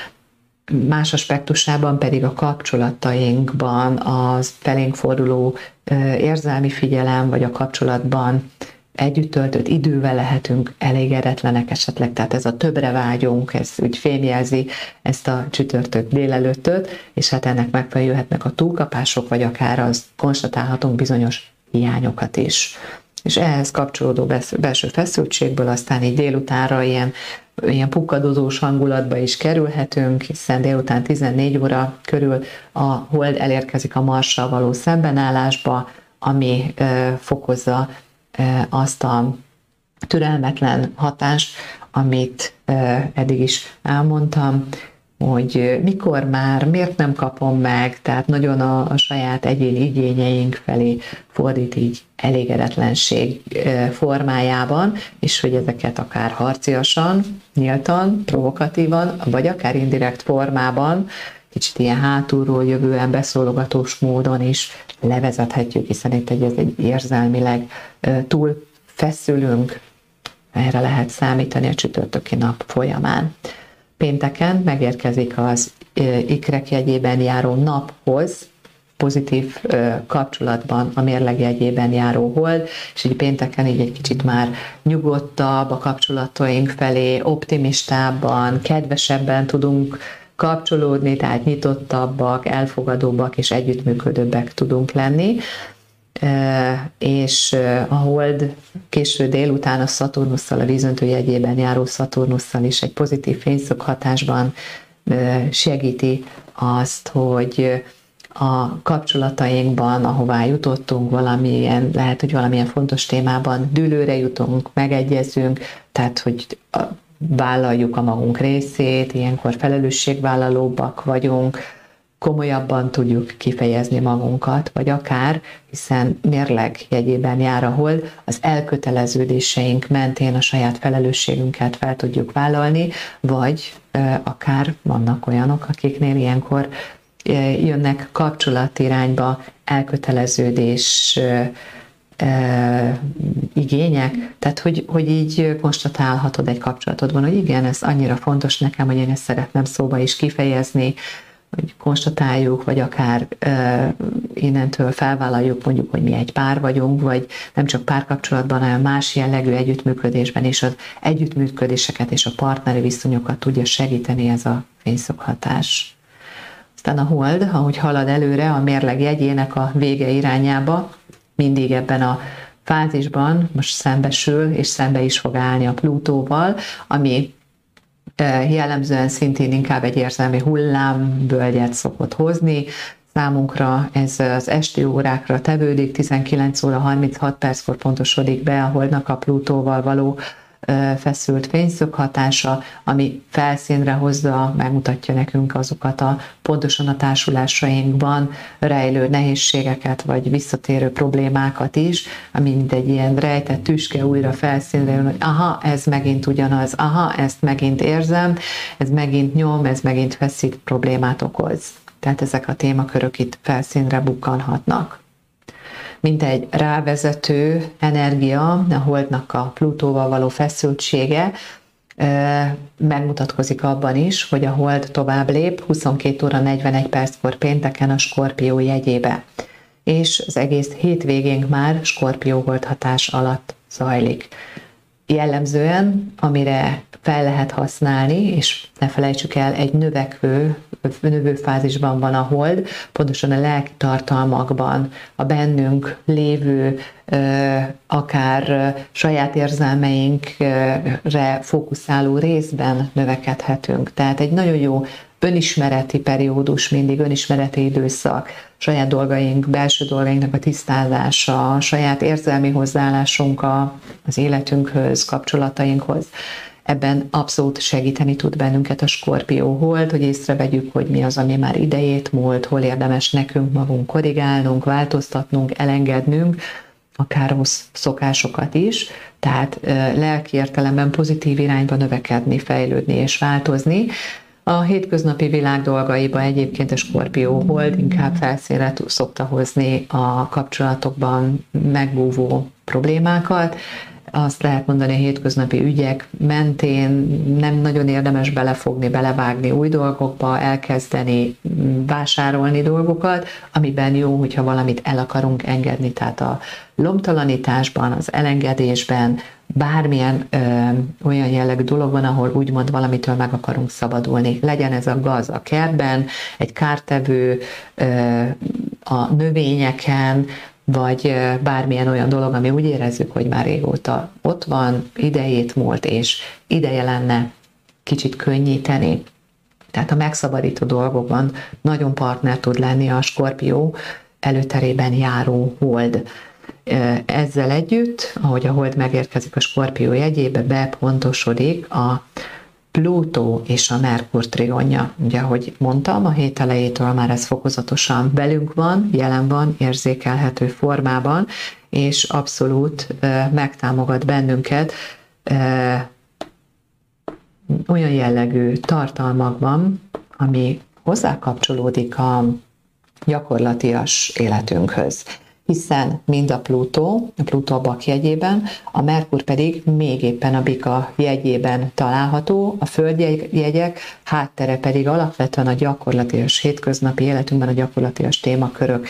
Más aspektusában pedig a kapcsolatainkban az felénk forduló érzelmi figyelem, vagy a kapcsolatban együtt töltött idővel lehetünk elégedetlenek esetleg, tehát ez a többre vágyunk, ez úgy fémjelzi ezt a csütörtök délelőttöt, és hát ennek megfelelően jöhetnek a túlkapások, vagy akár az konstatálhatunk bizonyos hiányokat is. És ehhez kapcsolódó belső feszültségből aztán így délutánra ilyen ilyen pukkadozós hangulatba is kerülhetünk, hiszen délután tizennégy óra körül a hold elérkezik a Marssal való szembenállásba, ami fokozza azt a türelmetlen hatást, amit eddig is elmondtam, hogy mikor már, miért nem kapom meg, tehát nagyon a, a saját egyéni igényeink felé fordít így elégedetlenség formájában, és hogy ezeket akár harciasan, nyíltan, provokatívan, vagy akár indirekt formában, kicsit ilyen hátulról jövően beszólogatós módon is levezethetjük, hiszen itt egy, ez egy érzelmileg túl feszülünk, erre lehet számítani a csütörtöki nap folyamán. Pénteken megérkezik az ikrek jegyében járó naphoz, pozitív kapcsolatban a mérleg jegyében járó hold, és így pénteken így egy kicsit már nyugodtabb a kapcsolataink felé, optimistábban, kedvesebben tudunk kapcsolódni, tehát nyitottabbak, elfogadóbbak és együttműködőbbek tudunk lenni. És a hold késő délután a Szaturnusszal, a vízöntő jegyében járó Szaturnusszal is egy pozitív fényszög hatásban segíti azt, hogy a kapcsolatainkban, ahová jutottunk, valamilyen, lehet, hogy valamilyen fontos témában dűlőre jutunk, megegyezünk, tehát, hogy vállaljuk a magunk részét, ilyenkor felelősségvállalóbbak vagyunk, komolyabban tudjuk kifejezni magunkat, vagy akár, hiszen mérleg jegyében jár a hold, az elköteleződéseink mentén a saját felelősségünket fel tudjuk vállalni, vagy e, akár vannak olyanok, akiknél ilyenkor e, jönnek kapcsolatirányba elköteleződés e, e, igények, tehát hogy, hogy így konstatálhatod egy kapcsolatodban, hogy igen, ez annyira fontos nekem, hogy én ezt szeretném szóba is kifejezni, hogy konstatáljuk, vagy akár e, innentől felvállaljuk mondjuk, hogy mi egy pár vagyunk, vagy nem csak párkapcsolatban, hanem más jellegű együttműködésben, és az együttműködéseket és a partneri viszonyokat tudja segíteni ez a fényszöghatás. Aztán a hold, ahogy halad előre a mérleg jegyének a vége irányába, mindig ebben a fázisban most szembesül, és szembe is fog állni a Plutóval, ami jellemzően szintén inkább egy érzelmi hullámvölgyet szokott hozni. Számunkra ez az esti órákra tevődik, tizenkilenc óra harminchat perckor pontosodik be a holdnak a Plutóval való feszült fényszög hatása, ami felszínre hozza, megmutatja nekünk azokat a pontosan a társulásainkban rejlő nehézségeket, vagy visszatérő problémákat is, ami mint egy ilyen rejtett tüske újra felszínre jön, hogy aha, ez megint ugyanaz, aha, ezt megint érzem, ez megint nyom, ez megint feszít, problémát okoz. Tehát ezek a témakörök itt felszínre bukkanhatnak. Mint egy rávezető energia, a Holdnak a Plutóval való feszültsége megmutatkozik abban is, hogy a Hold tovább lép huszonkét óra negyvenegy perckor pénteken a Skorpió jegyébe. És az egész hétvégénk már Skorpió Hold hatás alatt zajlik. Jellemzően, amire fel lehet használni, és ne felejtsük el, egy növekvő, növő fázisban van a Hold, pontosan a lelki tartalmakban, a bennünk lévő, akár saját érzelmeinkre fókuszáló részben növekedhetünk. Tehát egy nagyon jó önismereti periódus, mindig önismereti időszak, saját dolgaink, belső dolgainknak a tisztázása, saját érzelmi hozzáállásunk az életünkhöz, kapcsolatainkhoz. Ebben abszolút segíteni tud bennünket a Skorpió Hold, hogy észrevegyük, hogy mi az, ami már idejét múlt, hol érdemes nekünk magunk korrigálnunk, változtatnunk, elengednünk, akár rossz szokásokat is, tehát lelki értelemben pozitív irányba növekedni, fejlődni és változni. A hétköznapi világ dolgaiba egyébként a Skorpió Hold inkább felszínre szokta hozni a kapcsolatokban megbúvó problémákat. Azt lehet mondani, a hétköznapi ügyek mentén nem nagyon érdemes belefogni, belevágni új dolgokba, elkezdeni vásárolni dolgokat, amiben jó, hogyha valamit el akarunk engedni, tehát a lomtalanításban, az elengedésben, bármilyen ö, olyan jellegű dolog van, ahol úgymond valamitől meg akarunk szabadulni. Legyen ez a gaz a kertben, egy kártevő, ö, a növényeken, vagy bármilyen olyan dolog, ami úgy érezzük, hogy már régóta ott van, idejét múlt, és ideje lenne kicsit könnyíteni. Tehát a megszabadító dolgokban nagyon partner tud lenni a Skorpió előterében járó Hold. Ezzel együtt, ahogy a Hold megérkezik a Skorpió jegyébe, bepontosodik a Plutó és a Merkur trigonja. Ugye, ahogy mondtam, a hét elejétől már ez fokozatosan velünk van, jelen van, érzékelhető formában, és abszolút megtámogat bennünket olyan jellegű tartalmakban, ami hozzá kapcsolódik a gyakorlatias életünkhöz. Hiszen mind a Plutó, a Plutó a Bak jegyében, a Merkur pedig még éppen a Bika jegyében található, a földjegyek háttere pedig alapvetően a gyakorlatias hétköznapi életünkben a gyakorlatias témakörök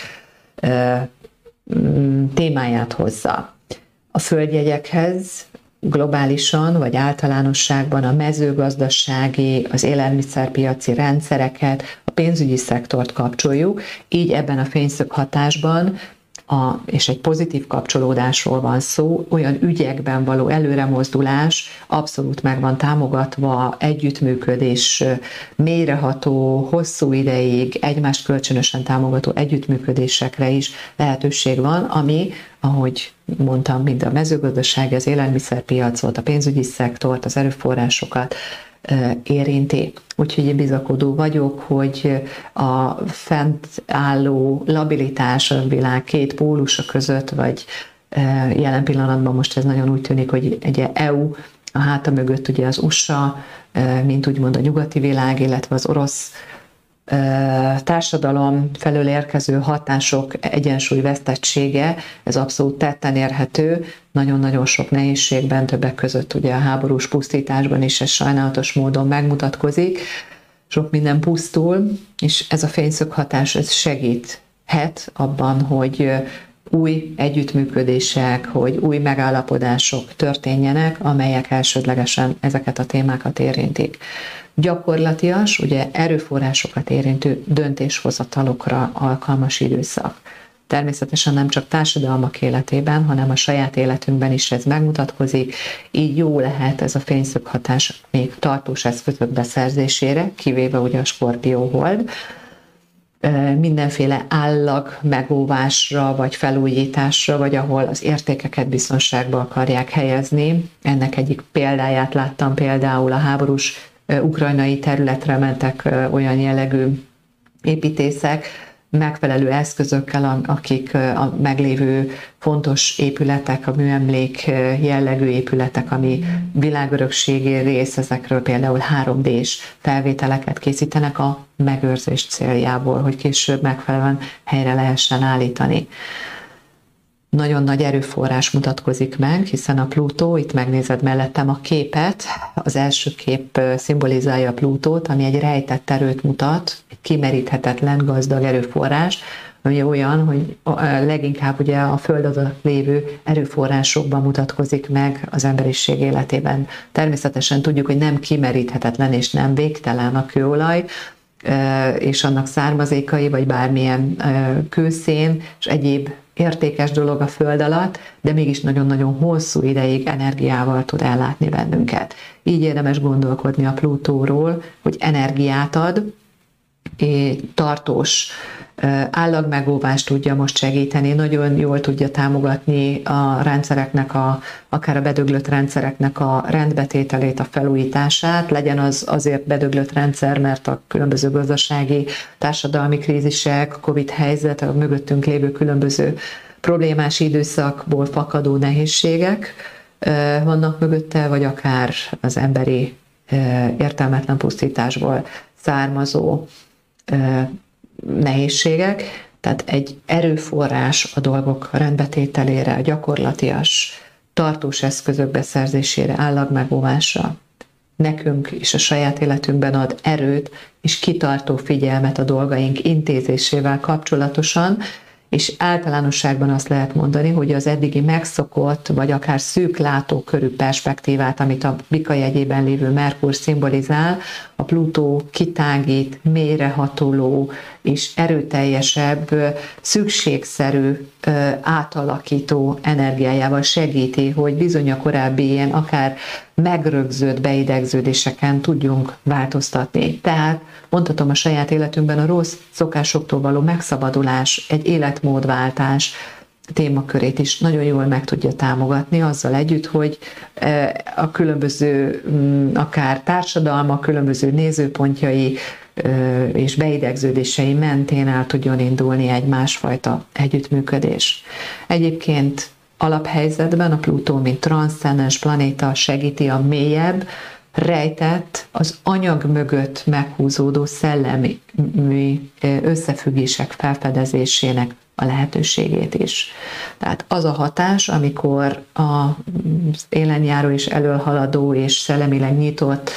témáját hozza. A földjegyekhez globálisan vagy általánosságban a mezőgazdasági, az élelmiszerpiaci rendszereket, a pénzügyi szektort kapcsoljuk, így ebben a fényszög hatásban A, és egy pozitív kapcsolódásról van szó, olyan ügyekben való előremozdulás abszolút meg van támogatva, együttműködés, mélyreható, hosszú ideig egymást kölcsönösen támogató együttműködésekre is lehetőség van, ami, ahogy mondtam, mind a mezőgazdaság, az élelmiszerpiacot, a pénzügyi szektort, az erőforrásokat érinti. Úgyhogy én bizakodó vagyok, hogy a fent álló labilitás a világ két pólusa között, vagy jelen pillanatban most ez nagyon úgy tűnik, hogy egy é u, a háta mögött ugye az u es á, mint úgymond a nyugati világ, illetve az orosz társadalom felől érkező hatások egyensúlyvesztettsége, ez abszolút tetten érhető, nagyon-nagyon sok nehézségben, többek között ugye a háborús pusztításban is ez sajnálatos módon megmutatkozik, sok minden pusztul, és ez a fényszög hatás ez segíthet abban, hogy új együttműködések, hogy új megállapodások történjenek, amelyek elsődlegesen ezeket a témákat érintik. Gyakorlatias, ugye erőforrásokat érintő döntéshozatalokra alkalmas időszak. Természetesen nem csak társadalmak életében, hanem a saját életünkben is ez megmutatkozik, így jó lehet ez a fényszög hatás még tartós eszközök beszerzésére, kivéve ugye a Skorpió Hold. mindenféle állag megóvásra, vagy felújításra, vagy ahol az értékeket biztonságba akarják helyezni. Ennek egyik példáját láttam például a háborús ukrajnai területre mentek olyan jellegű építészek, megfelelő eszközökkel, akik a meglévő fontos épületek, a műemlék jellegű épületek, ami világörökségi rész, ezekről például három dés felvételeket készítenek a megőrzés céljából, hogy később megfelelően helyre lehessen állítani. Nagyon nagy erőforrás mutatkozik meg, hiszen a Plutó, itt megnézed mellettem a képet, az első kép szimbolizálja a Plutót, ami egy rejtett erőt mutat, egy kimeríthetetlen gazdag erőforrás, ami olyan, hogy leginkább ugye a Föld alatt lévő erőforrásokban mutatkozik meg az emberiség életében. Természetesen tudjuk, hogy nem kimeríthetetlen és nem végtelen a kőolaj, és annak származékai, vagy bármilyen kőszén, és egyéb értékes dolog a Föld alatt, de mégis nagyon-nagyon hosszú ideig energiával tud ellátni bennünket. Így érdemes gondolkodni a Plutóról, hogy energiát ad, és tartós állagmegóvást tudja most segíteni, nagyon jól tudja támogatni a rendszereknek, a, akár a bedöglött rendszereknek a rendbetételét, a felújítását, legyen az azért bedöglött rendszer, mert a különböző gazdasági, társadalmi krízisek, a Covid helyzet, a mögöttünk lévő különböző problémás időszakból fakadó nehézségek vannak mögötte, vagy akár az emberi értelmetlen pusztításból származó nehézségek, tehát egy erőforrás a dolgok rendbetételére, a gyakorlatias, tartós eszközök beszerzésére, állagmegóvásra. Nekünk is a saját életünkben ad erőt és kitartó figyelmet a dolgaink intézésével kapcsolatosan, és általánosságban azt lehet mondani, hogy az eddigi megszokott, vagy akár szűk látókörű perspektívát, amit a bika jegyében lévő Merkur szimbolizál, a Plutó kitágít, mélyrehatoló és erőteljesebb, szükségszerű átalakító energiájával segíti, hogy bizony a korábbi ilyen akár megrögzött beidegződéseken tudjunk változtatni. Tehát mondhatom a saját életünkben a rossz szokásoktól való megszabadulás, egy életmódváltás témakörét is nagyon jól meg tudja támogatni, azzal együtt, hogy a különböző akár társadalmak, különböző nézőpontjai és beidegződései mentén el tudjon indulni egy másfajta együttműködés. Egyébként alaphelyzetben a Plutó, mint transzcendens planéta segíti a mélyebb, rejtett, az anyag mögött meghúzódó szellemi összefüggések felfedezésének a lehetőségét is. Tehát az a hatás, amikor az élenjáró és elölhaladó és szellemileg nyitott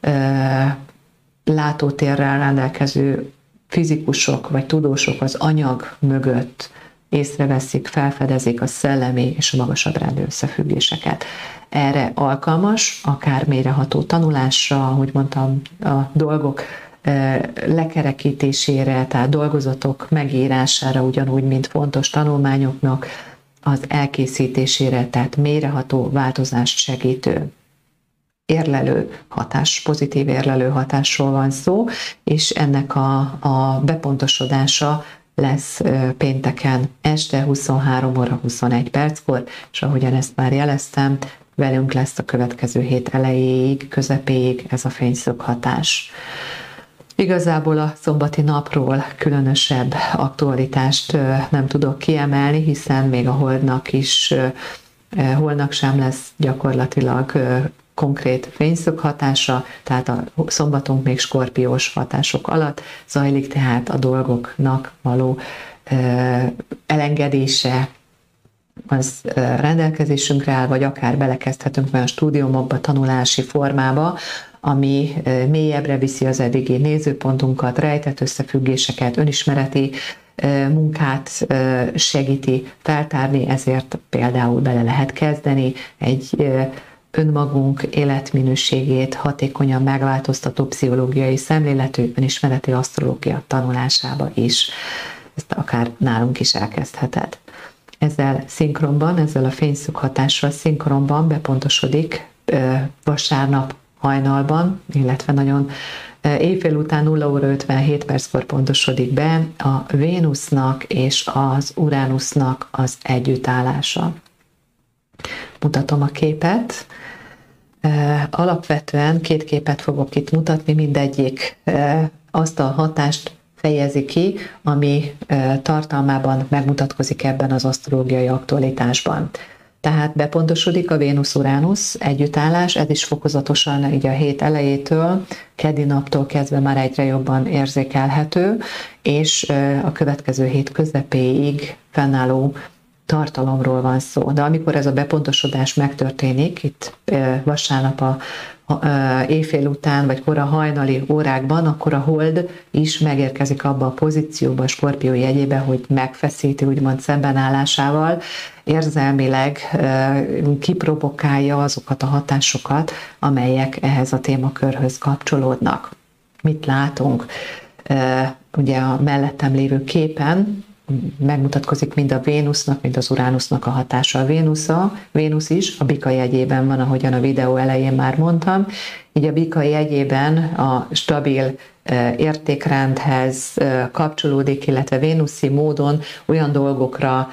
látótérrel rendelkező fizikusok vagy tudósok az anyag mögött észreveszik, felfedezik a szellemi és a magasabb rendű összefüggéseket. Erre alkalmas, akár mélyreható tanulásra, ahogy mondtam, a dolgok lekerekítésére, tehát dolgozatok megírására, ugyanúgy, mint fontos tanulmányoknak az elkészítésére, tehát mélyreható változást segítő érlelő hatás, pozitív érlelő hatásról van szó, és ennek a, a bepontosodása lesz pénteken este huszonhárom óra huszonegy perckor, és ahogyan ezt már jeleztem, velünk lesz a következő hét elejéig, közepéig ez a fényszög hatás. Igazából a szombati napról különösebb aktualitást nem tudok kiemelni, hiszen még a holdnak is, holnap sem lesz gyakorlatilag konkrét fényszög hatása, tehát a szombatunk még skorpiós hatások alatt zajlik, tehát a dolgoknak való elengedése az rendelkezésünkre áll, vagy akár belekezdhetünk olyan stúdiumokba, tanulási formába, ami mélyebbre viszi az eddigi nézőpontunkat, rejtett összefüggéseket, önismereti munkát segíti feltárni, ezért például bele lehet kezdeni egy önmagunk életminőségét hatékonyan megváltoztató pszichológiai szemléletű, önismereti asztrológia tanulásába is. Ezt akár nálunk is elkezdheted. Ezzel szinkronban, ezzel a fényszög hatással szinkronban bepontosodik vasárnap hajnalban, illetve nagyon Éjfél után nulla óra ötvenhét perckor pontosodik be a Vénusznak és az Uránusznak az együttállása. Mutatom a képet. Alapvetően két képet fogok itt mutatni, mindegyik azt a hatást fejezi ki, ami tartalmában megmutatkozik ebben az asztrológiai aktualitásban. Tehát bepontosodik a Vénusz-Uránusz együttállás, ez is fokozatosan így a hét elejétől, keddi naptól kezdve már egyre jobban érzékelhető, és a következő hét közepéig fennálló tartalomról van szó. De amikor ez a bepontosodás megtörténik, itt vasárnap a éjfél után, vagy kora hajnali órákban, akkor a hold is megérkezik abba a pozícióba, a Skorpió jegyébe, hogy megfeszíti, úgymond szembenállásával, érzelmileg kiprovokálja azokat a hatásokat, amelyek ehhez a témakörhöz kapcsolódnak. Mit látunk? Ugye a mellettem lévő képen megmutatkozik mind a Vénusznak, mind az Uránusznak a hatása. A Vénusza, Vénusz is a Bika jegyében van, ahogyan a videó elején már mondtam. Így a Bika jegyében a stabil értékrendhez kapcsolódik, illetve vénuszi módon olyan dolgokra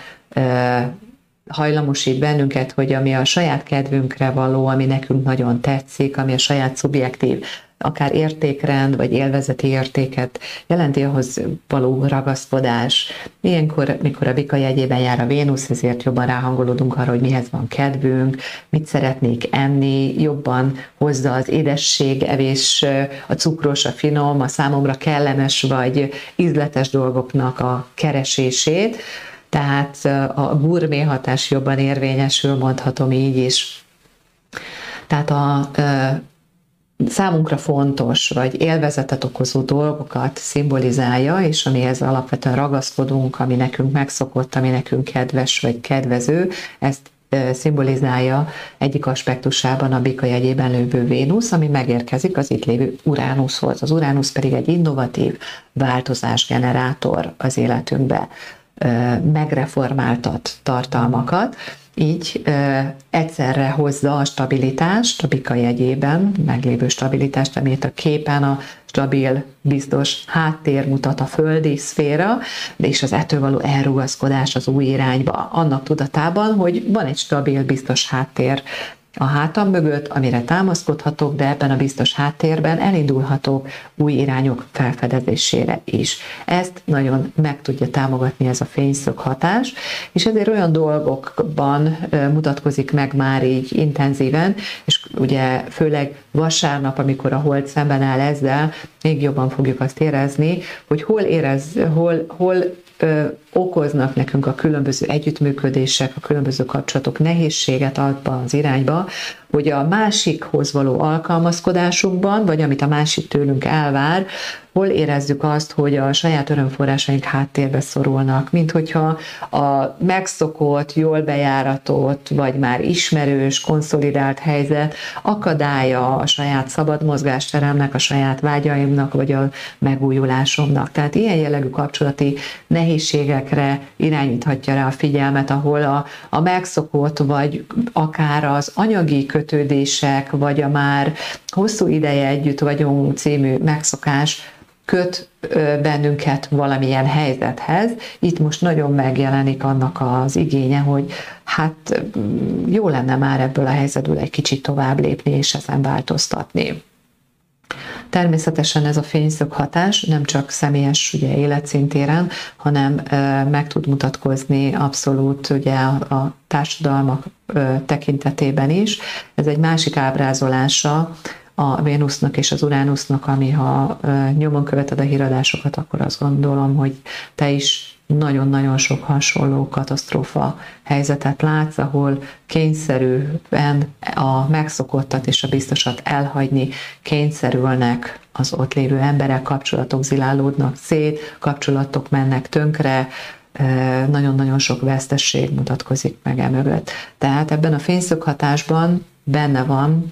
hajlamosít bennünket, hogy ami a saját kedvünkre való, ami nekünk nagyon tetszik, ami a saját szubjektív, akár értékrend, vagy élvezeti értéket jelenti, ahhoz való ragaszkodás. Ilyenkor, mikor a Bika jegyében jár a Vénusz, ezért jobban ráhangolódunk arra, hogy mihez van kedvünk, mit szeretnék enni, jobban hozza az édesség, evés, a cukros, a finom, a számomra kellemes vagy ízletes dolgoknak a keresését. Tehát a gurmé hatás jobban érvényesül, mondhatom így is. Tehát a számunkra fontos, vagy élvezetet okozó dolgokat szimbolizálja, és amihez alapvetően ragaszkodunk, ami nekünk megszokott, ami nekünk kedves, vagy kedvező, ezt szimbolizálja egyik aspektusában a Bika jegyében lévő Vénusz, ami megérkezik az itt lévő Uránuszhoz. Az Uránusz pedig egy innovatív változásgenerátor az életünkbe, megreformáltat tartalmakat, így egyszerre hozza a stabilitást a Bika jegyében, meglévő stabilitást, amit a képen a stabil, biztos háttér mutat a földi szféra, és az ettől való elrugaszkodás az új irányba, annak tudatában, hogy van egy stabil, biztos háttér a hátam mögött, amire támaszkodhatok, de ebben a biztos háttérben elindulhatok új irányok felfedezésére is. Ezt nagyon meg tudja támogatni ez a fényszög hatás, és ezért olyan dolgokban mutatkozik meg már így intenzíven, és ugye főleg vasárnap, amikor a hold szemben áll ezzel, még jobban fogjuk azt érezni, hogy hol érez, hol, hol Ö, okoznak nekünk a különböző együttműködések, a különböző kapcsolatok nehézséget abba az irányba, hogy a másikhoz való alkalmazkodásunkban, vagy amit a másik tőlünk elvár, hol érezzük azt, hogy a saját örömforrásaink háttérbe szorulnak, mint hogyha a megszokott, jól bejáratott, vagy már ismerős, konszolidált helyzet akadálya a saját szabad mozgásteremnek, a saját vágyaimnak, vagy a megújulásomnak. Tehát ilyen jellegű kapcsolati nehézségekre irányíthatja rá a figyelmet, ahol a, a megszokott, vagy akár az anyagi kötődések, vagy a már hosszú ideje együtt vagyunk című megszokás köt bennünket valamilyen helyzethez. Itt most nagyon megjelenik annak az igénye, hogy hát jó lenne már ebből a helyzetből egy kicsit tovább lépni és ezen változtatni. Természetesen ez a fényszög hatás nem csak személyes ugye, életszintéren, hanem e, meg tud mutatkozni abszolút ugye, a, a társadalmak e, tekintetében is. Ez egy másik ábrázolása a Vénusznak és az Uránusznak, ami ha e, nyomon követed a híradásokat, akkor azt gondolom, hogy te is nagyon-nagyon sok hasonló katasztrófa helyzetet látsz, ahol kényszerűen a megszokottat és a biztosat elhagyni kényszerülnek az ott lévő emberek, kapcsolatok zilálódnak szét, kapcsolatok mennek tönkre, nagyon-nagyon sok vesztesség mutatkozik meg emögött. Tehát ebben a fényszöghatásban benne van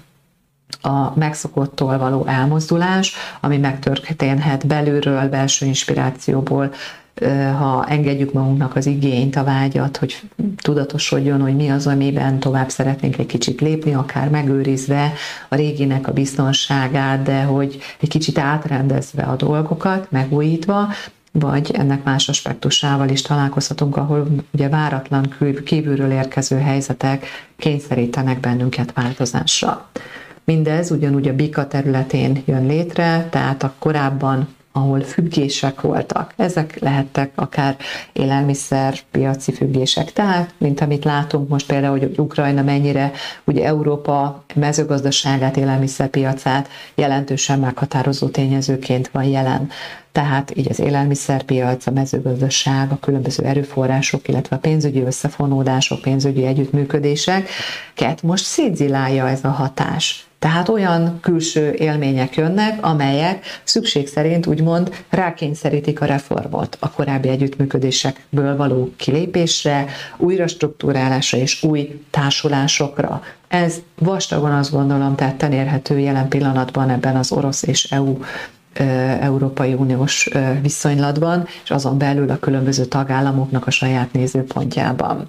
a megszokottól való elmozdulás, ami megtörténhet belülről, belső inspirációból, ha engedjük magunknak az igényt, a vágyat, hogy tudatosodjon, hogy mi az, amiben tovább szeretnénk egy kicsit lépni, akár megőrizve a réginek a biztonságát, de hogy egy kicsit átrendezve a dolgokat, megújítva, vagy ennek más aspektusával is találkozhatunk, ahol ugye váratlan kívülről érkező helyzetek kényszerítenek bennünket változásra. Mindez ugyanúgy a bika területén jön létre, tehát a korábban, ahol függések voltak. Ezek lehettek akár élelmiszer, piaci függések. Tehát, mint amit látunk most például, hogy Ukrajna mennyire ugye Európa mezőgazdaságát, élelmiszerpiacát jelentősen meghatározó tényezőként van jelen. Tehát így az élelmiszerpiac, a mezőgazdaság, a különböző erőforrások, illetve a pénzügyi összefonódások, pénzügyi együttműködéseket most szétzilálja ez a hatás. Tehát olyan külső élmények jönnek, amelyek szükség szerint úgymond rákényszerítik a reformot a korábbi együttműködésekből való kilépésre, újra struktúrálásra és új társulásokra. Ez vastagon azt gondolom tetten érhető jelen pillanatban ebben az orosz és é u Európai Uniós viszonylatban, és azon belül a különböző tagállamoknak a saját nézőpontjában.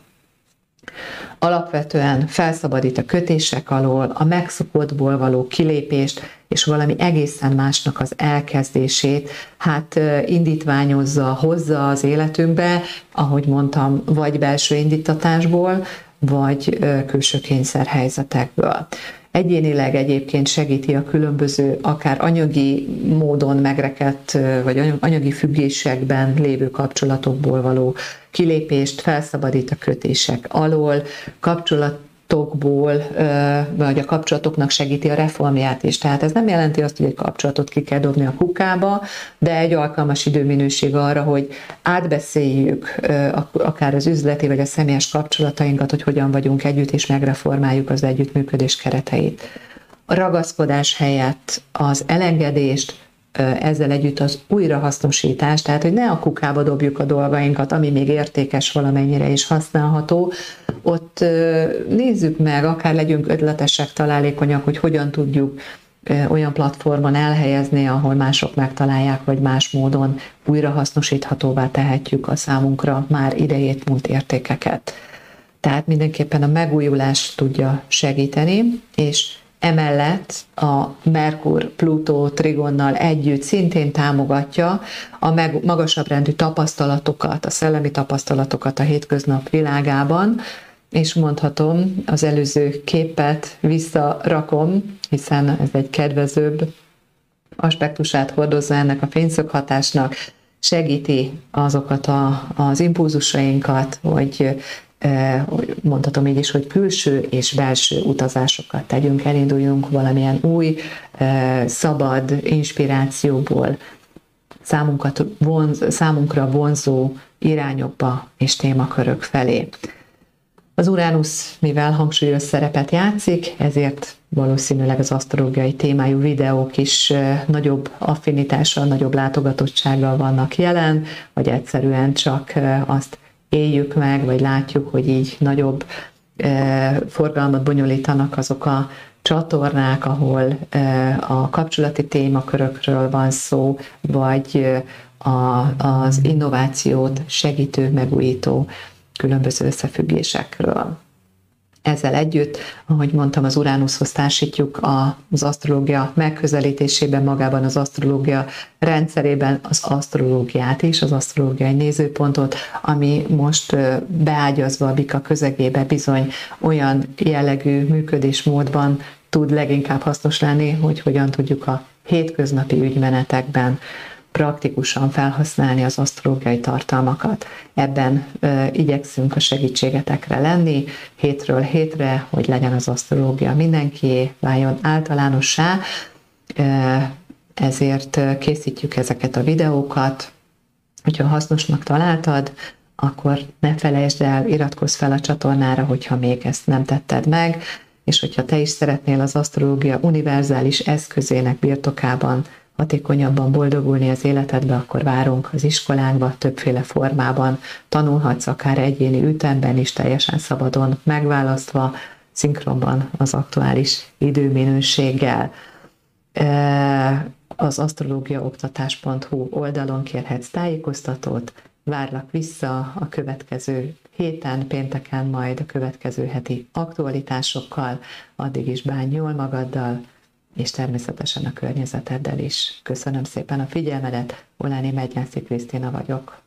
Alapvetően felszabadít a kötések alól, a megszokottból való kilépést, és valami egészen másnak az elkezdését, hát indítványozza, hozza az életünkbe, ahogy mondtam, vagy belső indítatásból, vagy külső kényszerhelyzetekből. Egyénileg egyébként segíti a különböző, akár anyagi módon megrekedt, vagy anyagi függésekben lévő kapcsolatokból való kilépést, felszabadít a kötések alól, kapcsolatokból, vagy a kapcsolatoknak segíti a reformját is. Tehát ez nem jelenti azt, hogy egy kapcsolatot ki kell dobni a kukába, de egy alkalmas időminőség arra, hogy átbeszéljük akár az üzleti vagy a személyes kapcsolatainkat, hogy hogyan vagyunk együtt, és megreformáljuk az együttműködés kereteit. A ragaszkodás helyett az elengedést, ezzel együtt az újrahasznosítás, tehát hogy ne a kukába dobjuk a dolgainkat, ami még értékes valamennyire is használható, ott nézzük meg, akár legyünk ötletesek, találékonyak, hogy hogyan tudjuk olyan platformon elhelyezni, ahol mások megtalálják, vagy más módon újrahasznosíthatóvá tehetjük a számunkra már idejét múlt értékeket. Tehát mindenképpen a megújulást tudja segíteni, és emellett a Merkur-Plutó trigonnal együtt szintén támogatja a magasabb rendű tapasztalatokat, a szellemi tapasztalatokat a hétköznap világában, és mondhatom, az előző képet visszarakom, hiszen ez egy kedvezőbb aspektusát hordozza ennek a fényszög hatásnak, segíti azokat a, az impulzusainkat, hogy mondhatom így is, hogy külső és belső utazásokat tegyünk, elinduljunk valamilyen új, szabad inspirációból, számunkat vonz, számunkra vonzó irányokba és témakörök felé. Az Uránusz, mivel hangsúlyos szerepet játszik, ezért valószínűleg az asztrológiai témájú videók is nagyobb affinitással, nagyobb látogatottsággal vannak jelen, vagy egyszerűen csak azt éljük meg, vagy látjuk, hogy így nagyobb e, forgalmat bonyolítanak azok a csatornák, ahol e, a kapcsolati témakörökről van szó, vagy a, az innovációt segítő, megújító különböző összefüggésekről. Ezzel együtt, ahogy mondtam, az Uránuszhoz társítjuk az asztrológia megközelítésében, magában az asztrológia rendszerében az asztrológiát is, az asztrológiai nézőpontot, ami most beágyazva a bika közegébe bizony olyan jellegű működésmódban tud leginkább hasznos lenni, hogy hogyan tudjuk a hétköznapi ügymenetekben praktikusan felhasználni az asztrológiai tartalmakat. Ebben e, igyekszünk a segítségetekre lenni, hétről hétre, hogy legyen az asztrológia mindenkié, váljon általánossá, e, ezért készítjük ezeket a videókat. Hogyha hasznosnak találtad, akkor ne felejtsd el, iratkozz fel a csatornára, hogyha még ezt nem tetted meg, és hogyha te is szeretnél az asztrológia univerzális eszközének birtokában hatékonyabban boldogulni az életedbe, akkor várunk az iskolánkba, többféle formában. Tanulhatsz akár egyéni ütemben is, teljesen szabadon megválasztva, szinkronban az aktuális időminőséggel. Az asztrológiaoktatás pont hu oldalon kérhetsz tájékoztatót, Várlak vissza a következő héten, pénteken majd a következő heti aktualitásokkal, addig is bánj jól magaddal, és természetesen a környezeteddel is. Köszönöm szépen a figyelmedet, Oláni Megynászi Krisztina vagyok.